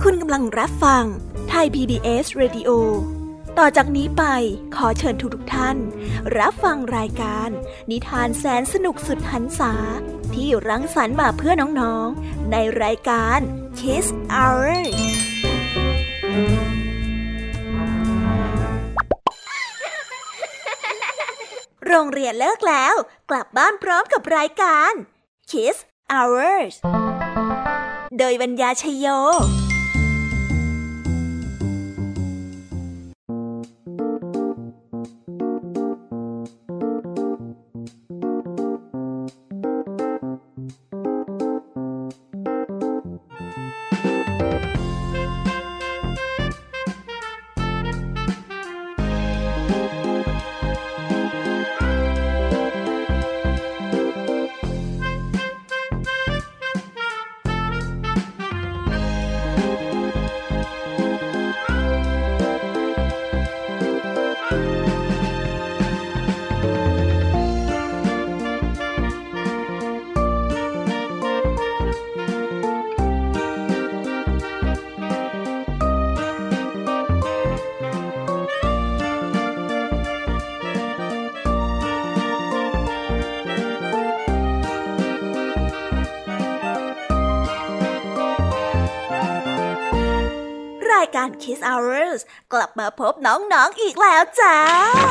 คุณกำลังรับฟังไทย PBS Radio ต่อจากนี้ไปขอเชิญทุกท่านรับฟังรายการนิทานแสนสนุกสุดหรรษาที่รังสรรค์มาเพื่อน้องๆในรายการ Kids Hourโรงเรียนเลิกแล้วกลับบ้านพร้อมกับรายการ Kids Hours โดยบรรยาชัยโยรายการ Kids Hours กลับมาพบน้องๆอีกแล้วจ้า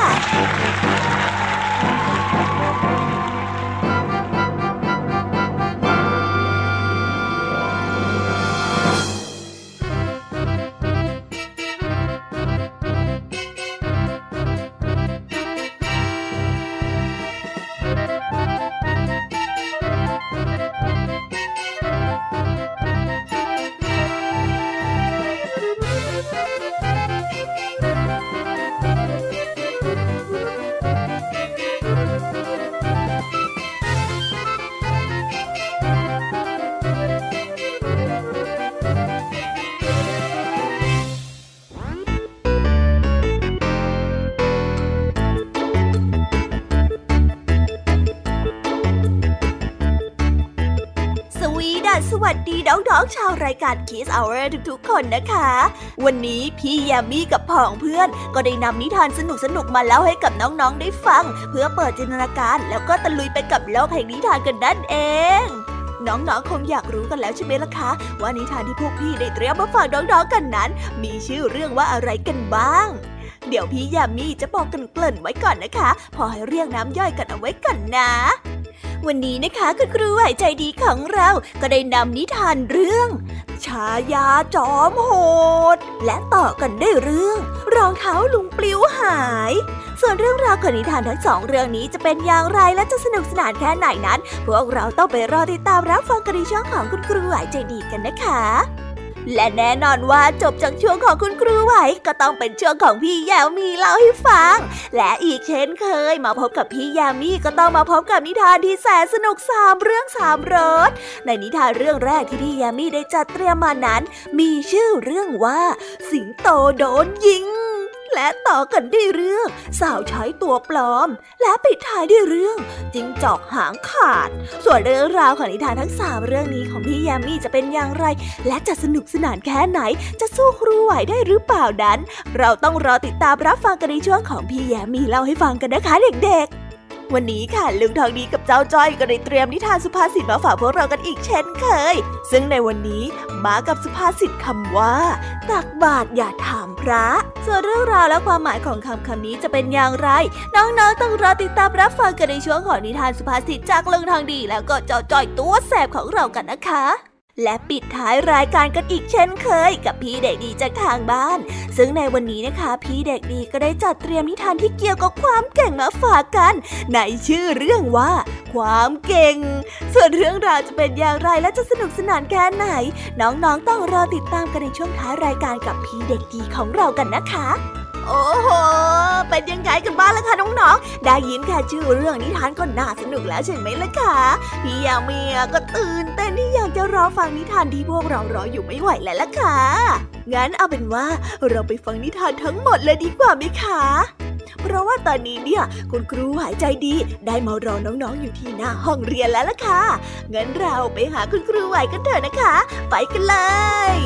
สวัสดีน้องๆชาวรายการ Kids Hour ทุกๆคนนะคะวันนี้พี่ยามีกับพ้องเพื่อนก็ได้นำนิทานสนุกๆมาเล่าให้กับน้องๆได้ฟังเพื่อเปิดจินตนาการแล้วก็ตะลุยไปกับโลกแห่งนิทานกันนั่นเองน้องๆคงอยากรู้กันแล้วใช่ไหมล่ะคะว่านิทานที่พวกพี่ได้เตรียมมาฝากน้องๆกันนั้นมีชื่อเรื่องว่าอะไรกันบ้างเดี๋ยวพี่ยามีจะบอกกันเกริ่นไว้ก่อนนะคะพอให้เรียกน้ำย่อยกันเอาไว้ก่อนนะวันนี้นะคะคุณครูไหวใจดีของเราก็ได้นำนิทานเรื่องชายาจอมโหดและต่อกันด้วยเรื่องรองเท้าลุงปลิวหายส่วนเรื่องราวของนิทานทั้งสองเรื่องนี้จะเป็นอย่างไรและจะสนุกสนานแค่ไหนนั้นพวกเราต้องไปรอติดตามรับฟังกันในช่องของคุณครูไหวใจดีกันนะคะและแน่นอนว่าจบจากช่วงของคุณครูไหวก็ต้องเป็นช่วงของพี่ยามีเล่าให้ฟังและอีกเช่นเคยมาพบกับพี่ยามีก็ต้องมาพบกับนิทานที่แสนสนุก3เรื่อง3รสในนิทานเรื่องแรกที่พี่ยามีได้จัดเตรียมมานั้นมีชื่อเรื่องว่าสิงโตโดนยิงและต่อกันด้วยเรื่องสาวใช้ตัวปลอมและปิดท้ายด้วยเรื่องจิ้งจอกหางขาดส่วนเรื่องราวของนิทานทั้ง3เรื่องนี้ของพี่ยามีจะเป็นอย่างไรและจะสนุกสนานแค่ไหนจะสู้ครูไหวได้หรือเปล่านั้นเราต้องรอติดตามรับฟังกันในช่วงของพี่ยามีเล่าให้ฟังกันนะคะเด็กๆวันนี้ค่ะลุงทองดีกับเจ้าจ้อยก็ได้เตรียมนิทานสุภาษิตมาฝากพวกเรากันอีกเช่นเคยซึ่งในวันนี้มากับสุภาษิตคำว่าตักบาตรอย่าถามพระส่วนเรื่องราวและความหมายของคำนี้จะเป็นอย่างไรน้องๆต้องรอติดตามรับฟังกันในช่วงของนิทานสุภาษิตจากลุงทองดีแล้วก็เจ้าจ้อยตัวแสบของเรากันนะคะและปิดท้ายรายการกันอีกเช่นเคยกับพี่เด็กดีจากทางบ้านซึ่งในวันนี้นะคะพี่เด็กดีก็ได้จัดเตรียมนิทานที่เกี่ยวกับความเก่งมาฝากกันในชื่อเรื่องว่าความเก่งส่วนเรื่องราวจะเป็นอย่างไรและจะสนุกสนานแค่ไหนน้องๆต้องรอติดตามกันในช่วงท้ายรายการกับพี่เด็กดีของเรากันนะคะโอ้โหเป็นยังไงกันบ้างล่ะคะน้องๆได้ยินแค่ชื่อเรื่องนิทานก็น่าสนุกแล้วใช่ไหมล่ะคะพี่ยามีก็ตื่นเต้นที่อยากจะรอฟังนิทานที่พวกเรารออยู่ไม่ไหวแล้วล่ะค่ะงั้นเอาเป็นว่าเราไปฟังนิทานทั้งหมดเลยดีกว่าไหมคะเพราะว่าตอนนี้เนี่ยคุณครูหายใจดีได้มารอน้องๆอยู่ที่หน้าห้องเรียนแล้วล่ะค่ะงั้นเราไปหาคุณครูไหวกันเถอะนะคะไปกันเลย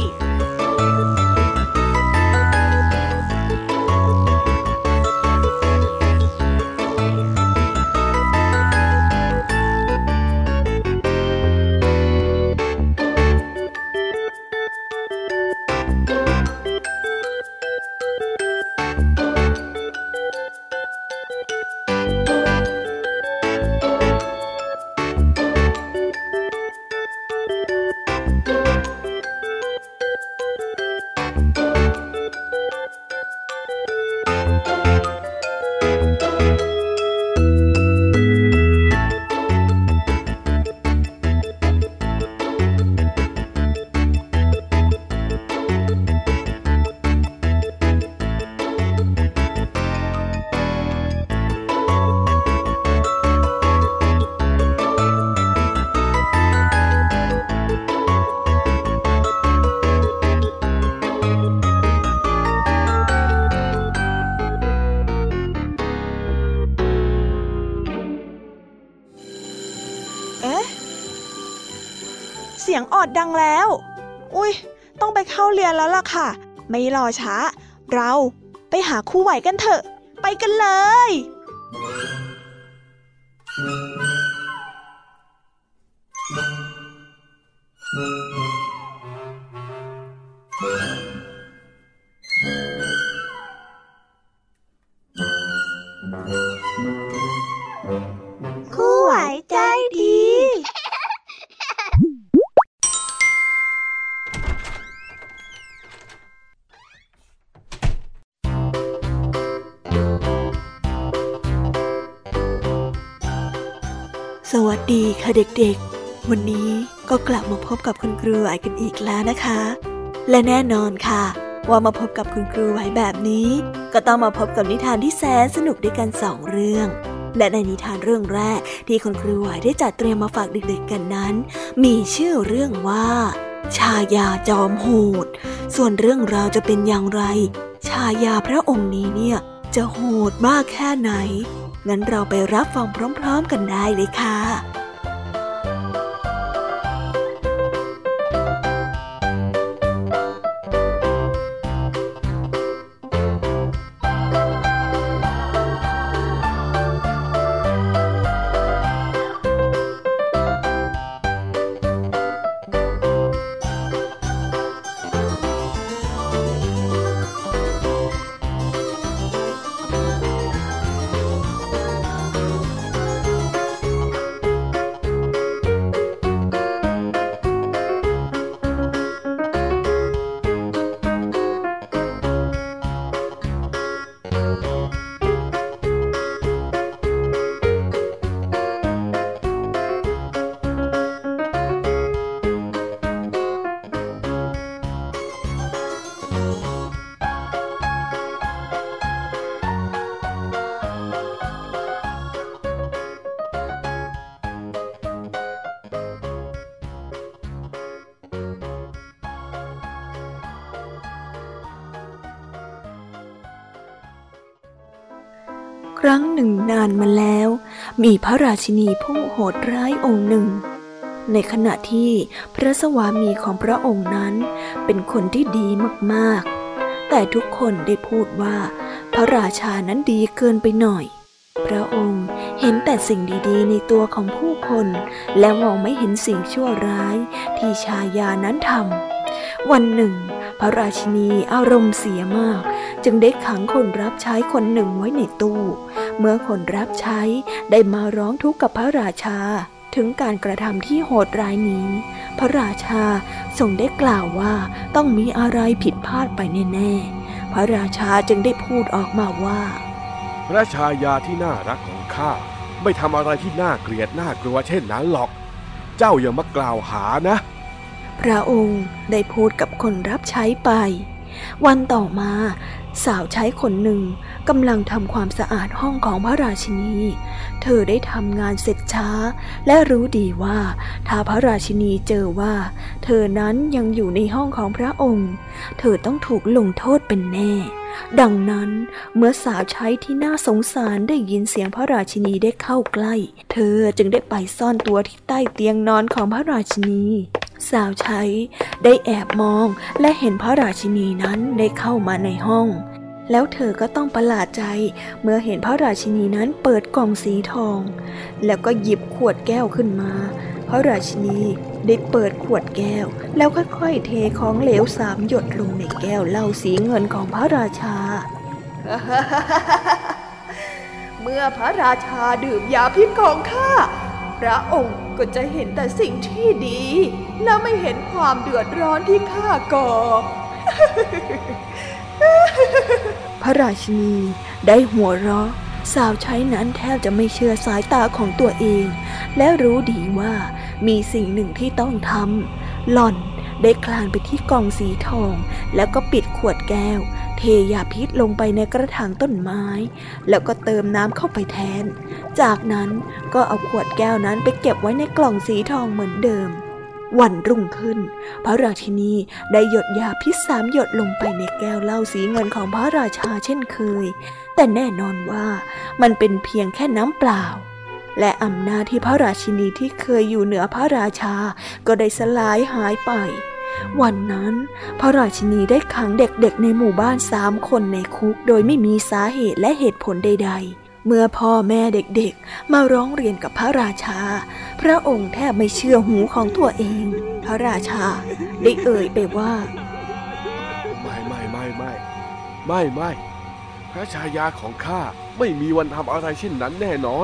เสียงออดดังแล้วอุ๊ยต้องไปเข้าเรียนแล้วล่ะค่ะไม่รอช้าเราไปหาครูไหวกันเถอะไปกันเลยครูไหวใจดีสวัสดีค่ะเด็กๆวันนี้ก็กลับมาพบกับคุณครูไหวกันอีกแล้วนะคะและแน่นอนค่ะว่ามาพบกับคุณครูไหวแบบนี้ก็ต้องมาพบกับนิทานที่แสนสนุกด้วยกัน2 เรื่องและในนิทานเรื่องแรกที่คุณครูไหวได้จัดเตรียมมาฝากเด็กๆกันนั้นมีชื่อเรื่องว่าชายาจอมโหดส่วนเรื่องราวจะเป็นอย่างไรชายาพระองค์นี้เนี่ยจะโหดมากแค่ไหนงั้นเราไปรับฟังพร้อมๆกันได้เลยค่ะครั้งหนึ่งนานมาแล้วมีพระราชินีผู้โหดร้ายองค์หนึ่งในขณะที่พระสวามีของพระองค์นั้นเป็นคนที่ดีมากๆแต่ทุกคนได้พูดว่าพระราชานั้นดีเกินไปหน่อยพระองค์เห็นแต่สิ่งดีๆในตัวของผู้คนและมองไม่เห็นสิ่งชั่วร้ายที่ชายานั้นทำวันหนึ่งพระราชินีอารมณ์เสียมากจึงได้ขังคนรับใช้คนหนึ่งไว้ในตู้เมื่อคนรับใช้ได้มาร้องทุกข์กับพระราชาถึงการกระทำที่โหดร้ายนี้พระราชาทรงได้กล่าวว่าต้องมีอะไรผิดพลาดไปแน่ๆพระราชาจึงได้พูดออกมาว่าพระชายาที่น่ารักของข้าไม่ทำอะไรที่น่าเกลียดน่ากลัวเช่นนั้นหรอกเจ้าอย่ามากล่าวหานะพระองค์ได้พูดกับคนรับใช้ไปวันต่อมาสาวใช้คนหนึ่งกำลังทำความสะอาดห้องของพระราชินีเธอได้ทำงานเสร็จช้าและรู้ดีว่าถ้าพระราชินีเจอว่าเธอนั้นยังอยู่ในห้องของพระองค์เธอต้องถูกลงโทษเป็นแน่ดังนั้นเมื่อสาวใช้ที่น่าสงสารได้ยินเสียงพระราชินีได้เข้าใกล้เธอจึงได้ไปซ่อนตัวที่ใต้เตียงนอนของพระราชินีสาวใช้ได้แอบมองและเห็นพระราชินีนั้นได้เข้ามาในห้องแล้วเธอก็ต้องประหลาดใจเมื่อเห็นพระราชินีนั้นเปิดกล่องสีทองแล้วก็หยิบขวดแก้วขึ้นมาพระราชินีได้เปิดขวดแก้วแล้วค่อยๆเทของเหลว3 หยดลงในแก้วเหล้าสีเงินของพระราชาเมื่อพระราชาดื่มยาพิษของข้าพระองค์ก็จะเห็นแต่สิ่งที่ดีและไม่เห็นความเดือดร้อนที่ข้าก่อพระราชินีได้หัวเราะสาวใช้นั้นแทบจะไม่เชื่อสายตาของตัวเองและรู้ดีว่ามีสิ่งหนึ่งที่ต้องทำหล่อนได้คลานไปที่กล่องสีทองแล้วก็ปิดขวดแก้วเทยาพิษลงไปในกระถางต้นไม้แล้วก็เติมน้ำเข้าไปแทนจากนั้นก็เอาขวดแก้วนั้นไปเก็บไว้ในกล่องสีทองเหมือนเดิมวันรุ่งขึ้นพระราชินีได้หยดยาพิษ3 หยดลงไปในแก้วเหล้าสีเงินของพระราชาเช่นเคยแต่แน่นอนว่ามันเป็นเพียงแค่น้ำเปล่าและอำนาจที่พระราชินีที่เคยอยู่เหนือพระราชาก็ได้สลายหายไปวันนั้นพระราชินีได้ขังเด็กๆในหมู่บ้าน3 คนในคุกโดยไม่มีสาเหตุและเหตุผลใดๆเมื่อพ่อแม่เด็กๆมาร้องเรียนกับพระราชาพระองค์แทบไม่เชื่อหูของตัวเองพระราชาได้เอ่ยไปว่าไม่พระชายาของข้าไม่มีวันทำอะไรเช่นนั้นแน่นอน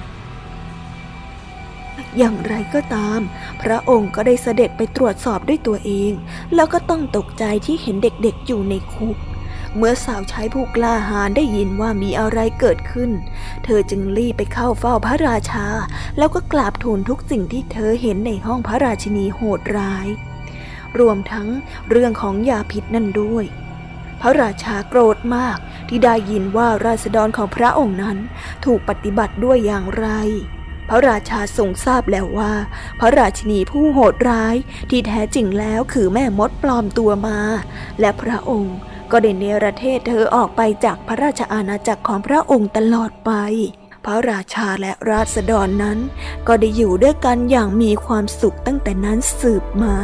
อย่างไรก็ตามพระองค์ก็ได้เสด็จไปตรวจสอบด้วยตัวเองแล้วก็ต้องตกใจที่เห็นเด็กๆอยู่ในคุกเมื่อสาวใช้ผู้กล้าหาญได้ยินว่ามีอะไรเกิดขึ้นเธอจึงรีบไปเข้าเฝ้าพระราชาแล้วก็กราบทูลทุกสิ่งที่เธอเห็นในห้องพระราชินีโหดร้ายรวมทั้งเรื่องของยาพิษนั่นด้วยพระราชาโกรธมากที่ได้ยินว่าราษฎรของพระองค์นั้นถูกปฏิบัติด้วยอย่างไรพระราชาทรงทราบแล้วว่าพระราชินีผู้โหดร้ายที่แท้จริงแล้วคือแม่มดปลอมตัวมาและพระองค์ก็ได้เนรเทศเธอออกไปจากพระราชอาณาจักรของพระองค์ตลอดไปพระราชาและราษฎรนั้นก็ได้อยู่ด้วยกันอย่างมีความสุขตั้งแต่นั้นสืบมา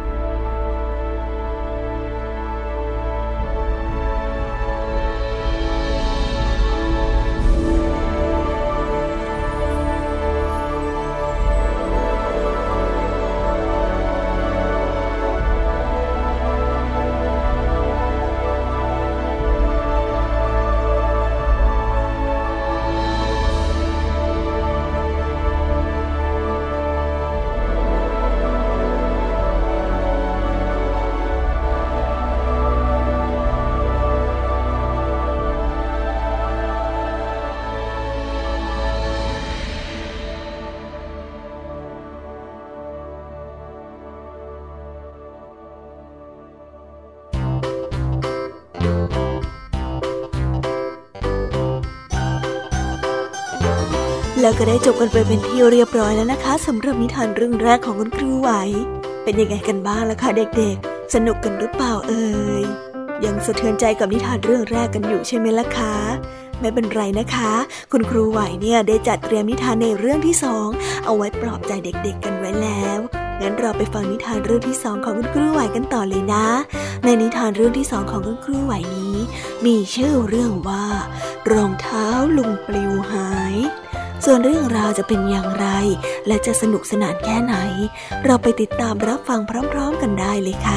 แล้วก็ได้จบกันไปเป็นที่เรียบร้อยแล้วนะคะสำหรับนิทานเรื่องแรกของคุณครูไหวเป็นยังไงกันบ้างล่ะคะเด็กๆสนุกกันหรือเปล่าเอ่ยยังสะเทือนใจกับนิทานเรื่องแรกกันอยู่ใช่ไหมล่ะคะไม่เป็นไรนะคะคุณครูไหวเนี่ยได้จัดเตรียมนิทานในเรื่องที่2เอาไว้ปลอบใจเด็กๆกันไว้แล้วงั้นเราไปฟังนิทานเรื่องที่2ของคุณครูไหวกันต่อเลยนะในนิทานเรื่องที่2ของคุณครูไหวนี้มีชื่อเรื่องว่ารองเท้าลุงปลิวหายส่วนเรื่องราวจะเป็นอย่างไรและจะสนุกสนานแค่ไหนเราไปติดตามรับฟังพร้อมๆกันได้เลยค่ะ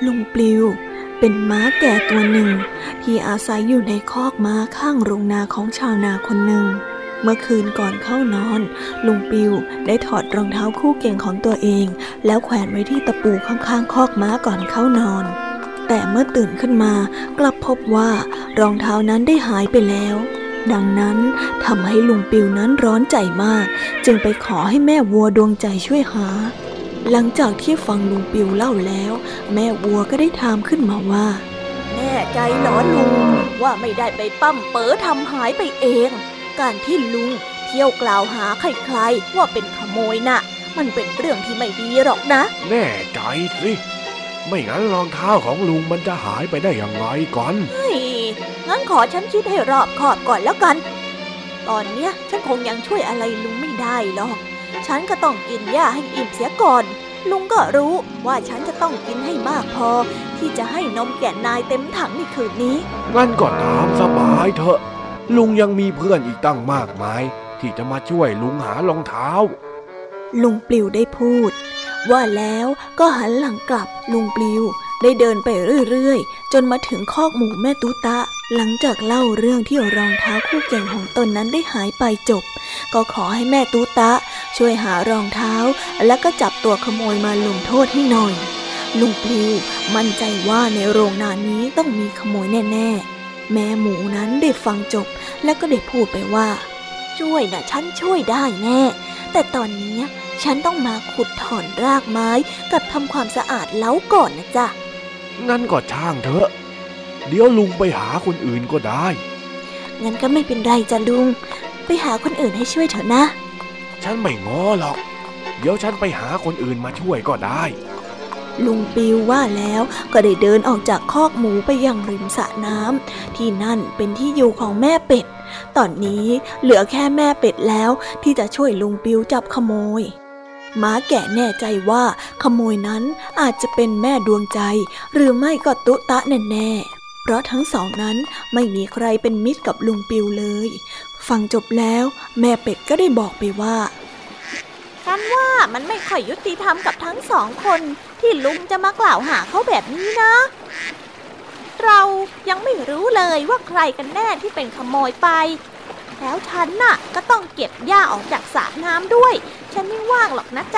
ลุงปลิวเป็นม้าแก่ตัวหนึ่งที่อาศัยอยู่ในคอกม้าข้างโรงนาของชาวนาคนหนึ่งเมื่อคืนก่อนเข้านอนลุงปลิวได้ถอดรองเท้าคู่เก่งของตัวเองแล้วแขวนไว้ที่ตะปูข้างๆคอกม้าก่อนเข้านอนแต่เมื่อตื่นขึ้นมากลับพบว่ารองเท้านั้นได้หายไปแล้วดังนั้นทำให้ลุงปลิวนั้นร้อนใจมากจึงไปขอให้แม่วัวดวงใจช่วยหาหลังจากที่ฟังลุงปลิวเล่าแล้วแม่วัวก็ได้ถามขึ้นมาว่าแน่ใจเหรอลุงว่าไม่ได้ไปปั้มเป๋อทำหายไปเองการที่ลุงเที่ยวกล่าวหาใครๆว่าเป็นขโมยน่ะมันเป็นเรื่องที่ไม่ดีหรอกนะแน่ใจสิไม่งั้นรองเท้าของลุงมันจะหายไปได้อย่างไรก่อนงั้นขอฉันคิดให้รอบคอบก่อนแล้วกันตอนเนี้ยฉันคงยังช่วยอะไรลุงไม่ได้หรอกฉันก็ต้องกินหญ้าให้อิ่มเสียก่อนลุงก็รู้ว่าฉันจะต้องกินให้มากพอที่จะให้นมแก่นายเต็มถังในคืนนี้งั้นก็ตามสบายเถอะลุงยังมีเพื่อนอีกตั้งมากมายที่จะมาช่วยลุงหารองเท้าลุงปลิวได้พูดว่าแล้วก็หันหลังกลับลุงปลิวได้เดินไปเรื่อยๆจนมาถึงคอกหมูแม่ตุ๊ตะหลังจากเล่าเรื่องที่รองเท้าคู่เก่งของตนนั้นได้หายไปจบก็ขอให้แม่ตุ๊ตะช่วยหารองเท้าแล้วก็จับตัวขโมยมาลงโทษให้หน่อยลุงปลิวมั่นใจว่าในโรงนานี้ต้องมีขโมยแน่ๆแม่หมูนั้นได้ฟังจบแล้วก็ได้พูดไปว่าช่วยนะฉันช่วยได้แน่แต่ตอนนี้ฉันต้องมาขุดถอนรากไม้กับทำความสะอาดเล้าก่อนนะจ๊ะงั้นก็ช่างเถอะเดี๋ยวลุงไปหาคนอื่นก็ได้งั้นก็ไม่เป็นไรจ้ะลุงไปหาคนอื่นให้ช่วยเถอะนะฉันไม่ง้อหรอกเดี๋ยวฉันไปหาคนอื่นมาช่วยก็ได้ลุงปิวว่าแล้วก็ได้เดินออกจากคอกหมูไปยังริมสระน้ำที่นั่นเป็นที่อยู่ของแม่เป็ดตอนนี้เหลือแค่แม่เป็ดแล้วที่จะช่วยลุงปิวจับขโมยม้าแก่แน่ใจว่าขโมยนั้นอาจจะเป็นแม่ดวงใจหรือไม่ก็ตุ๊ตะแน่ๆเพราะทั้งสองนั้นไม่มีใครเป็นมิตรกับลุงปิวเลยฟังจบแล้วแม่เป็ดก็ได้บอกไปว่าฉันว่ามันไม่ค่อยยุติธรรมกับทั้งสองคนที่ลุงจะมากล่าวหาเขาแบบนี้นะเรายังไม่รู้เลยว่าใครกันแน่ที่เป็นขโมยไปแล้วฉันน่ะก็ต้องเก็บหญ้าออกจากสระน้ำด้วยฉันไม่ว่างหรอกนะจ้า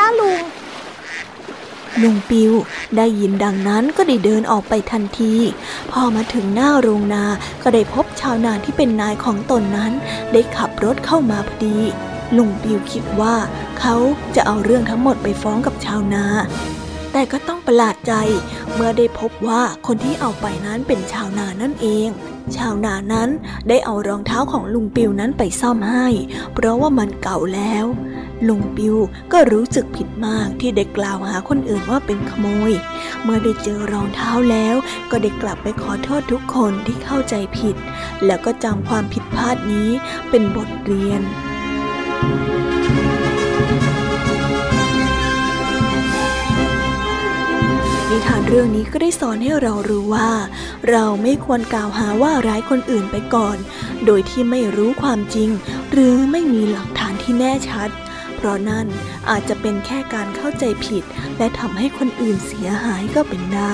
ลุงปิวได้ยินดังนั้นก็ได้เดินออกไปทันทีพอมาถึงหน้าโรงนาก็ได้พบชาวนาที่เป็นนายของตนนั้นได้ขับรถเข้ามาพอดีลุงปิวคิดว่าเขาจะเอาเรื่องทั้งหมดไปฟ้องกับชาวนาแต่ก็ต้องประหลาดใจเมื่อได้พบว่าคนที่เอาไปนั้นเป็นชาวนานั่นเองชาวนานั้นได้เอารองเท้าของลุงปิวนั้นไปซ่อมให้เพราะว่ามันเก่าแล้วลุงปิวก็รู้สึกผิดมากที่ได้กล่าวหาคนอื่นว่าเป็นขโมยเมื่อได้เจอรองเท้าแล้วก็ได้กลับไปขอโทษทุกคนที่เข้าใจผิดแล้วก็จำความผิดพลาดนี้เป็นบทเรียนนิทานเรื่องนี้ก็ได้สอนให้เรารู้ว่าเราไม่ควรกล่าวหาว่าร้ายคนอื่นไปก่อนโดยที่ไม่รู้ความจริงหรือไม่มีหลักฐานที่แน่ชัดเพราะนั่นอาจจะเป็นแค่การเข้าใจผิดและทำให้คนอื่นเสียหายก็เป็นได้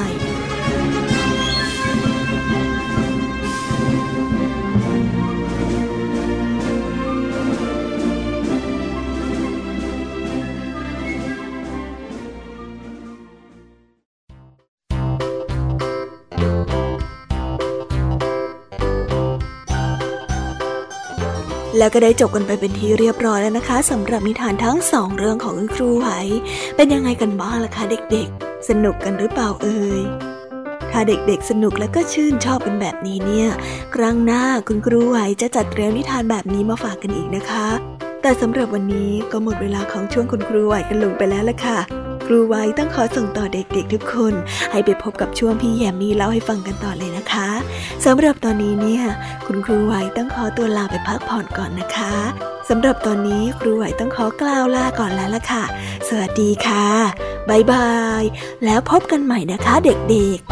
แล้วก็ได้จบกันไปเป็นที่เรียบร้อยแล้วนะคะสำหรับนิทานทั้งสองเรื่องของคุณครูไหวเป็นยังไงกันบ้างล่ะคะเด็กๆสนุกกันหรือเปล่าเอ่ยถ้าเด็กๆสนุกแล้วก็ชื่นชอบกันแบบนี้เนี่ยครั้งหน้าคุณครูไหวจะจัดเตรียมนิทานแบบนี้มาฝากกันอีกนะคะแต่สำหรับวันนี้ก็หมดเวลาของช่วงคุณครูไหวกันลงไปแล้วล่ะค่ะครูไหวต้องขอส่งต่อเด็กๆทุกคนให้ไปพบกับช่วงพี่แยมมี่เล่าให้ฟังกันต่อเลยนะคะสำหรับตอนนี้เนี่ยคุณครูไหวต้องขอตัวลาไปพักผ่อนก่อนนะคะสำหรับตอนนี้ครูไหวต้องขอกล่าวลาก่อนแล้วล่ะค่ะสวัสดีค่ะบ๊ายบายแล้วพบกันใหม่นะคะเด็กๆ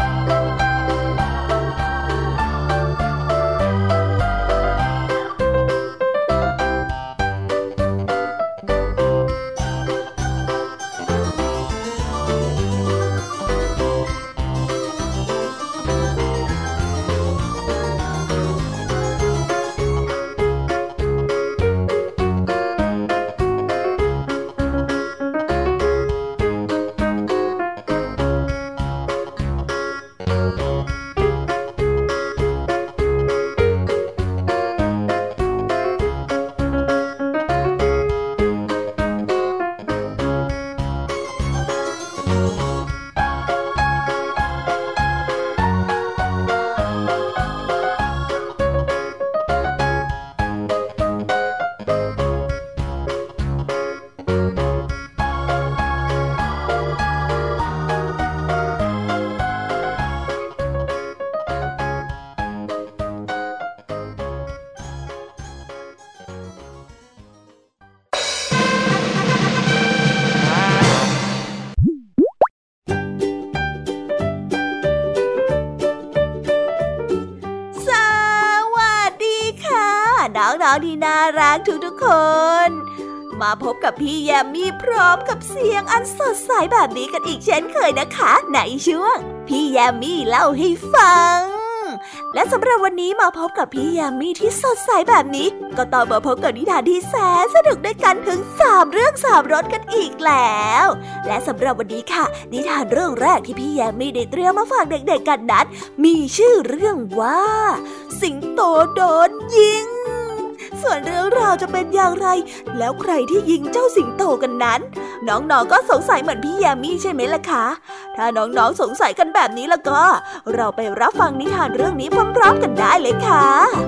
น้องๆที่น่ารักทุกๆคนมาพบกับพี่แยมมี่พร้อมกับเสียงอันสดใสแบบนี้กันอีกเช่นเคยนะคะในช่วงพี่แยมมี่เล่าให้ฟังและสำหรับวันนี้มาพบกับพี่แยมมี่ที่สดใสแบบนี้ก็ต้องมาพบกับนิทานที่แสนสนุกด้วยกันถึง3 เรื่อง 3 รสกันอีกแล้วและสำหรับวันนี้ค่ะนิทานเรื่องแรกที่พี่แยมมี่ได้เตรียมมาฝากเด็กๆกันนั้นมีชื่อเรื่องว่าสิงโตโดนยิงส่วนเรื่องราวจะเป็นอย่างไรแล้วใครที่ยิงเจ้าสิงโตกันนั้นน้องๆก็สงสัยเหมือนพี่แยมมี่ใช่ไหมล่ะคะถ้าน้องๆสงสัยกันแบบนี้แล้วก็เราไปรับฟังนิทานเรื่องนี้พร้อมๆกันได้เลยค่ะ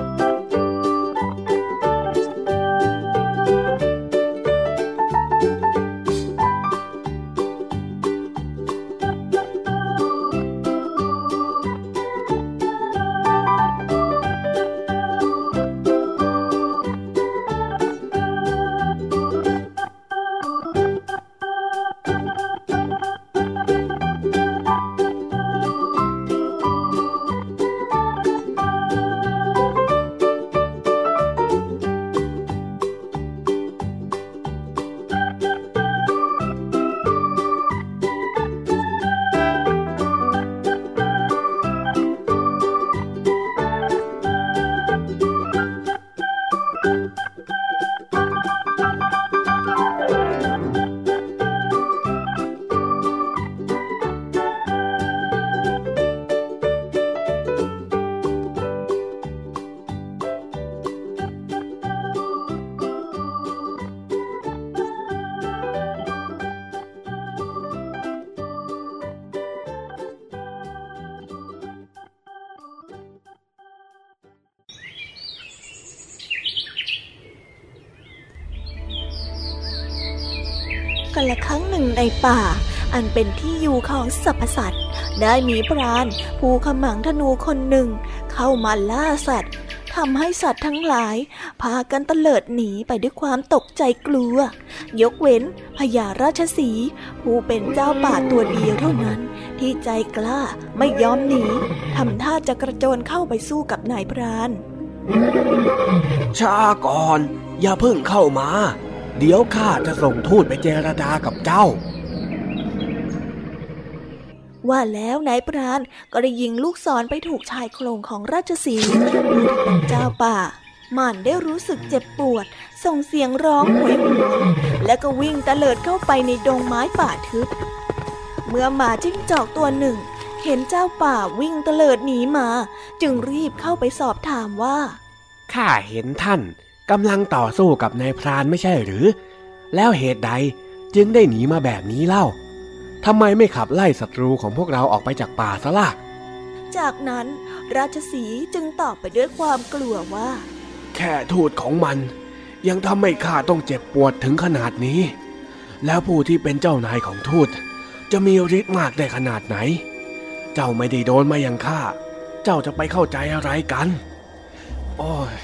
กันละครั้งหนึ่งในป่าอันเป็นที่อยู่ของสรรพสัตว์ได้มีพรานผู้ขมังธนูคนหนึ่งเข้ามาล่าสัตว์ทำให้สัตว์ทั้งหลายพากันเตลิดหนีไปด้วยความตกใจกลัวยกเว้นพญาราชสีห์ผู้เป็นเจ้าป่าตัวเดียวเท่านั้นที่ใจกล้าไม่ยอมหนีทำท่าจะกระโจนเข้าไปสู้กับนายพรานช้าก่อนอย่าเพิ่งเข้ามาเดี๋ยวข้าจะส่งทูตไปเจรจากับเจ้าว่าแล้วนายพรานก็ได้ยิงลูกศรไปถูกชายโครงของราชสีห์เป็นเจ้าป่ามันได้รู้สึกเจ็บปวดส่งเสียงร้องโหยหวนและก็วิ่งเตลิดเข้าไปในดงไม้ป่าทึบเมื่อหมาจิ้งจอกตัวหนึ่งเห็นเจ้าป่าวิ่งเตลิดหนีมาจึงรีบเข้าไปสอบถามว่าข้าเห็นท่านกำลังต่อสู้กับนายพรานไม่ใช่หรือแล้วเหตุใดจึงได้หนีมาแบบนี้เล่าทำไมไม่ขับไล่ศัตรูของพวกเราออกไปจากป่าซะล่ะจากนั้นราชสีห์จึงตอบไปด้วยความกลัวว่าแค่ทูตของมันยังทำให้ข้าต้องเจ็บปวดถึงขนาดนี้แล้วผู้ที่เป็นเจ้านายของทูตจะมีฤทธิ์มากได้ขนาดไหนเจ้าไม่ได้โดนมาอย่างข้าเจ้าจะไปเข้าใจอะไรกันโอ้ย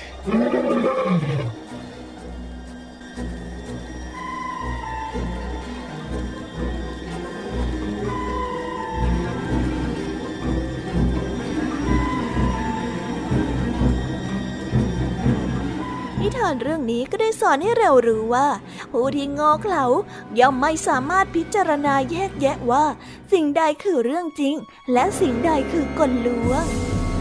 นิทานเรื่องนี้ก็ได้สอนให้เรารู้ว่าผู้ที่โง่เขลาย่อมไม่สามารถพิจารณาแยกแยะว่าสิ่งใดคือเรื่องจริงและสิ่งใดคือกลลวง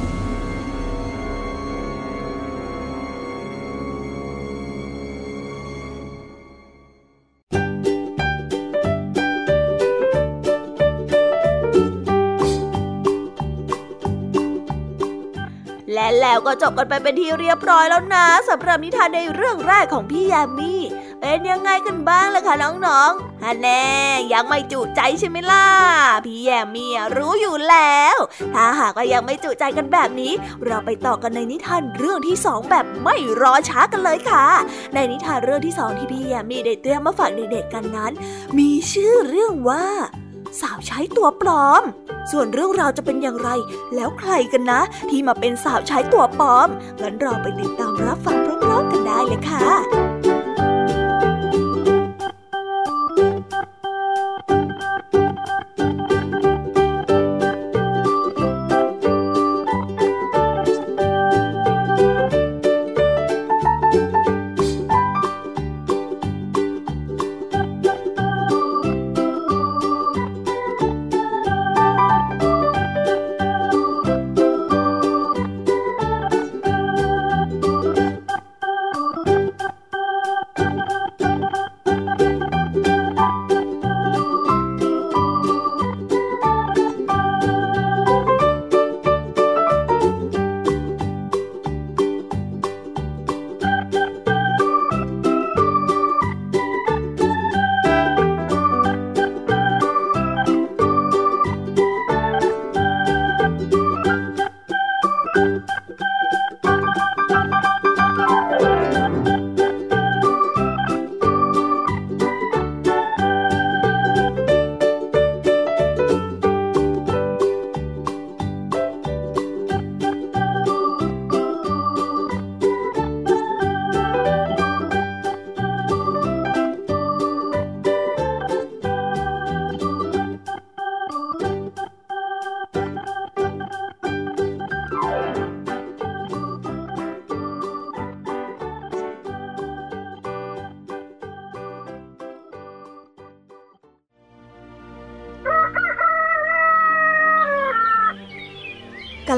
และแล้วก็จบกันไปเป็นที่เรียบร้อยแล้วนะสำหรับนิทานในเรื่องแรกของพี่ยามีเป็นยังไงกันบ้างล่ะคะน้องๆฮันแน่ยังไม่จุใจใช่ไหมล่ะพี่ยามีรู้อยู่แล้วถ้าหากว่ายังไม่จุใจกันแบบนี้เราไปต่อกันในนิทานเรื่องที่2แบบไม่รอช้ากันเลยค่ะในนิทานเรื่องที่2ที่พี่ยามีได้เตรียมมาฝากเด็กๆกันนั้นมีชื่อเรื่องว่าสาวใช้ตัวปลอมส่วนเรื่องราวจะเป็นอย่างไรแล้วใครกันนะที่มาเป็นสาวใช้ตัวปลอมงั้นเราไปติดตามรับฟังพร้อมๆกันได้เลยค่ะ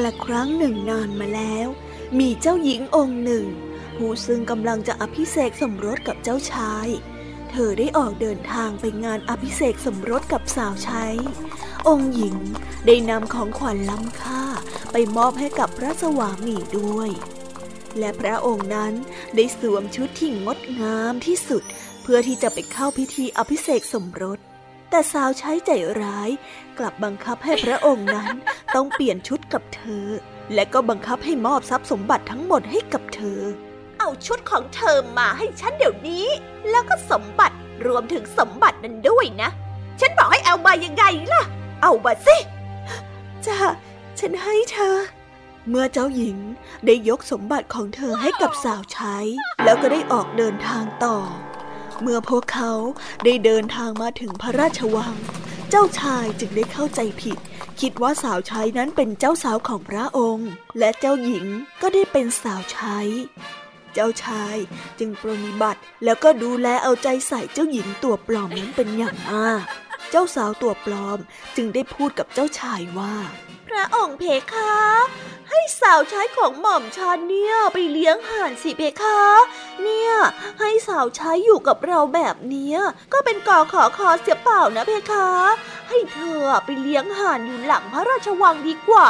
ละครั้งหนึ่งนานมาแล้วมีเจ้าหญิงองค์หนึ่งผู้ซึ่งกำลังจะอภิเษกสมรสกับเจ้าชายเธอได้ออกเดินทางไปงานอภิเษกสมรสกับสาวใช้องค์หญิงได้นำของขวัญล้ำค่าไปมอบให้กับพระสวามีด้วยและพระองค์นั้นได้สวมชุดที่งดงามที่สุดเพื่อที่จะไปเข้าพิธีอภิเษกสมรสแต่สาวใช้ใจร้ายกลับบังคับให้พระองค์นั้นต้องเปลี่ยนชุดกับเธอและก็บังคับให้มอบทรัพย์สมบัติทั้งหมดให้กับเธอเอาชุดของเธอมาให้ฉันเดี๋ยวนี้แล้วก็สมบัติรวมถึงสมบัตินั้นด้วยนะฉันบอกให้เอามายังไงล่ะเอามาสิจ้าฉันให้เธอเมื่อเจ้าหญิงได้ยกสมบัติของเธอให้กับสาวใช้แล้วก็ได้ออกเดินทางต่อเมื่อพวกเขาได้เดินทางมาถึงพระราชวังเจ้าชายจึงได้เข้าใจผิดคิดว่าสาวใช้นั้นเป็นเจ้าสาวของพระองค์และเจ้าหญิงก็ได้เป็นสาวใช้เจ้าชายจึงปรนนิบัติแล้วก็ดูแลเอาใจใส่เจ้าหญิงตัวปลอมนั้นเป็นอย่างมากเจ้าสาวตัวปลอมจึงได้พูดกับเจ้าชายว่าพระองค์เพคะให้สาวใช้ของหม่อมฉันเนี่ยไปเลี้ยงห่านสิเพคะเนี่ยให้สาวใช้อยู่กับเราแบบนี้ก็เป็นกอขอคอเสียเปล่านะเพคะให้เธอไปเลี้ยงห่านอยู่หลังพระราชวังดีกว่า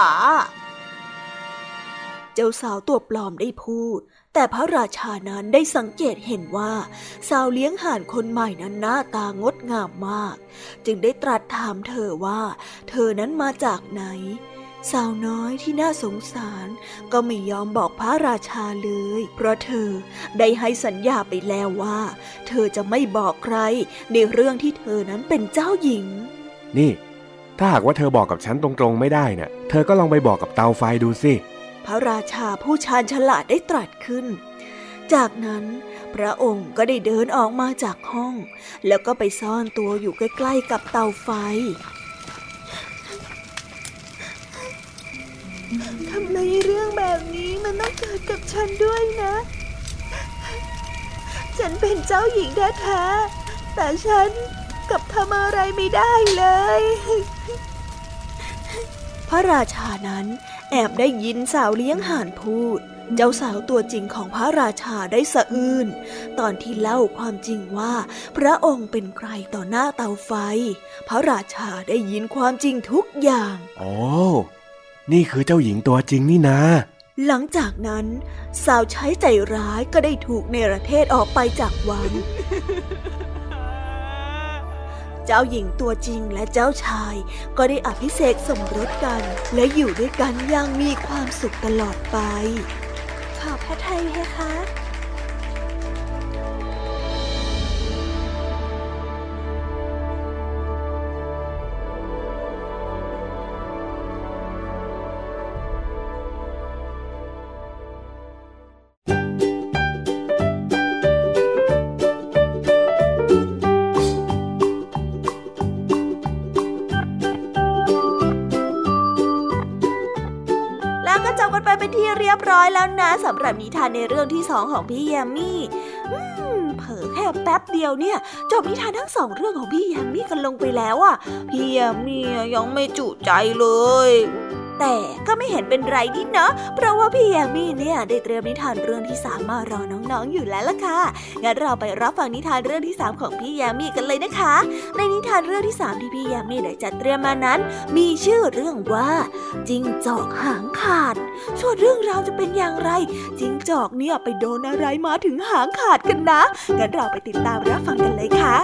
เจ้าสาวตัวปลอมได้พูดแต่พระราชานั้นได้สังเกตเห็นว่าสาวเลี้ยงห่านคนใหม่นั้นหน้าตางดงามมากจึงได้ตรัสถามเธอว่าเธอนั้นมาจากไหนสาวน้อยที่น่าสงสารก็ไม่ยอมบอกพระราชาเลยเพราะเธอได้ให้สัญญาไปแล้วว่าเธอจะไม่บอกใครในเรื่องที่เธอนั้นเป็นเจ้าหญิงนี่ถ้าหากว่าเธอบอกกับฉันตรงๆไม่ได้เนี่ยเธอก็ลองไปบอกกับเตาไฟดูสิพระราชาผู้ชาญฉลาดได้ตรัสขึ้นจากนั้นพระองค์ก็ได้เดินออกมาจากห้องแล้วก็ไปซ่อนตัวอยู่ใกล้ๆกับเตาไฟทำไมเรื่องแบบนี้มันต้องเกิดกับฉันด้วยนะฉันเป็นเจ้าหญิงแท้ๆแต่ฉันกลับทำอะไรไม่ได้เลยพระราชานั้นแอบได้ยินสาวเลี้ยงห่านพูดเจ้าสาวตัวจริงของพระราชาได้สะอื้นตอนที่เล่าความจริงว่าพระองค์เป็นใครต่อหน้าเตาไฟพระราชาได้ยินความจริงทุกอย่างโอ้นี่คือเจ้าหญิงตัวจริงนี่นะหลังจากนั้นสาวใช้ใจร้ายก็ได้ถูกเนรเทศออกไปจากวัง เจ้าหญิงตัวจริงและเจ้าชายก็ได้อภิเษกสมรสกันและอยู่ด้วยกันอย่างมีความสุขตลอดไปขอบพระทัยเพคะ ที่เรียบร้อยแล้วนะสำหรับนิทานในเรื่องที่2ของพี่แยมมี่เผลอแค่แป๊บเดียวเนี่ยจบนิทานทั้ง2เรื่องของพี่แยมมี่กันลงไปแล้วอ่ะพี่แยมมี่ยังไม่จุใจเลยแต่ก็ไม่เห็นเป็นไรนี่เนาะเพราะว่าพี่แยมมี่เนี่ยได้เตรียมนิทานเรื่องที่3มารอน้องๆอยู่แล้วล่ะค่ะงั้นเราไปรับฟังนิทานเรื่องที่3ของพี่แยมมี่กันเลยนะคะในนิทานเรื่องที่3ที่พี่แยมมี่ได้จัดเตรียมมานั้นมีชื่อเรื่องว่าจิ้งจอกหางขาดส่วนเรื่องราวจะเป็นอย่างไรจิ้งจอกเนี่ยไปโดนอะไรมาถึงหางขาดกันนะงั้นเราไปติดตามรับฟังกันเลยค่ะ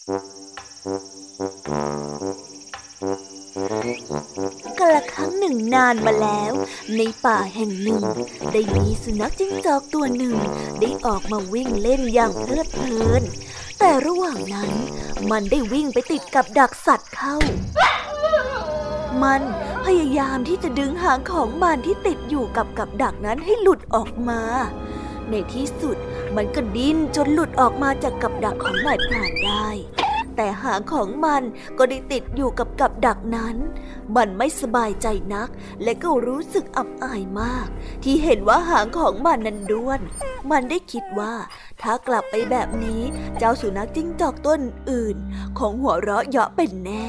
กาลครั้งหนึ่งนานมาแล้วในป่าแห่งหนึ่งได้มีสุนัขจิ้งจอกตัวหนึ่งได้ออกมาวิ่งเล่นอย่างเพลิดเพลินแต่ระหว่างนั้นมันได้วิ่งไปติดกับดักสัตว์เข้ามันพยายามที่จะดึงหางของมันที่ติดอยู่กับดักนั้นให้หลุดออกมาในที่สุดมันก็ดิ้นจนหลุดออกมาจากกับดักของนายพรานได้แต่หางของมันก็ได้ติดอยู่กับดักนั้นมันไม่สบายใจนักและก็รู้สึกอับอายมากที่เห็นว่าหางของมันนั้นด้วนมันได้คิดว่าถ้ากลับไปแบบนี้เจ้าสุนัขจิ้งจอกตัวอื่นคงหัวเราะเยาะเป็นแน่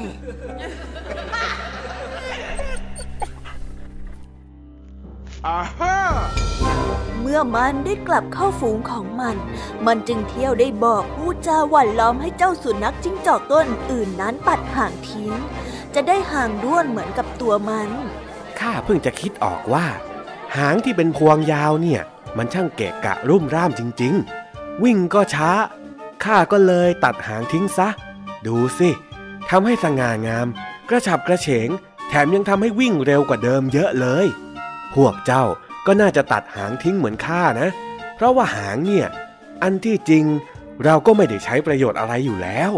เมื่อมันได้กลับเข้าฝูงของมันจึงเที่ยวได้บอกพูดจาหว่านล้อมให้เจ้าสุนัขจิ้งจอกตัวอื่นนั้นปัดหางทิ้งจะได้หางด้วนเหมือนกับตัวมันข้าเพิ่งจะคิดออกว่าหางที่เป็นพวงยาวเนี่ยมันช่างเกะกะรุ่มร่ามจริงๆวิ่งก็ช้าข้าก็เลยตัดหางทิ้งซะดูสิทำให้สง่างามกระฉับกระเฉงแถมยังทำให้วิ่งเร็วกว่าเดิมเยอะเลยพวกเจ้าก็น่าจะตัดหางทิ้งเหมือนข้านะเพราะว่าหางเนี่ยอันที่จริงเราก็ไม่ได้ใช้ประโยชน์อะไรอยู่แล้ว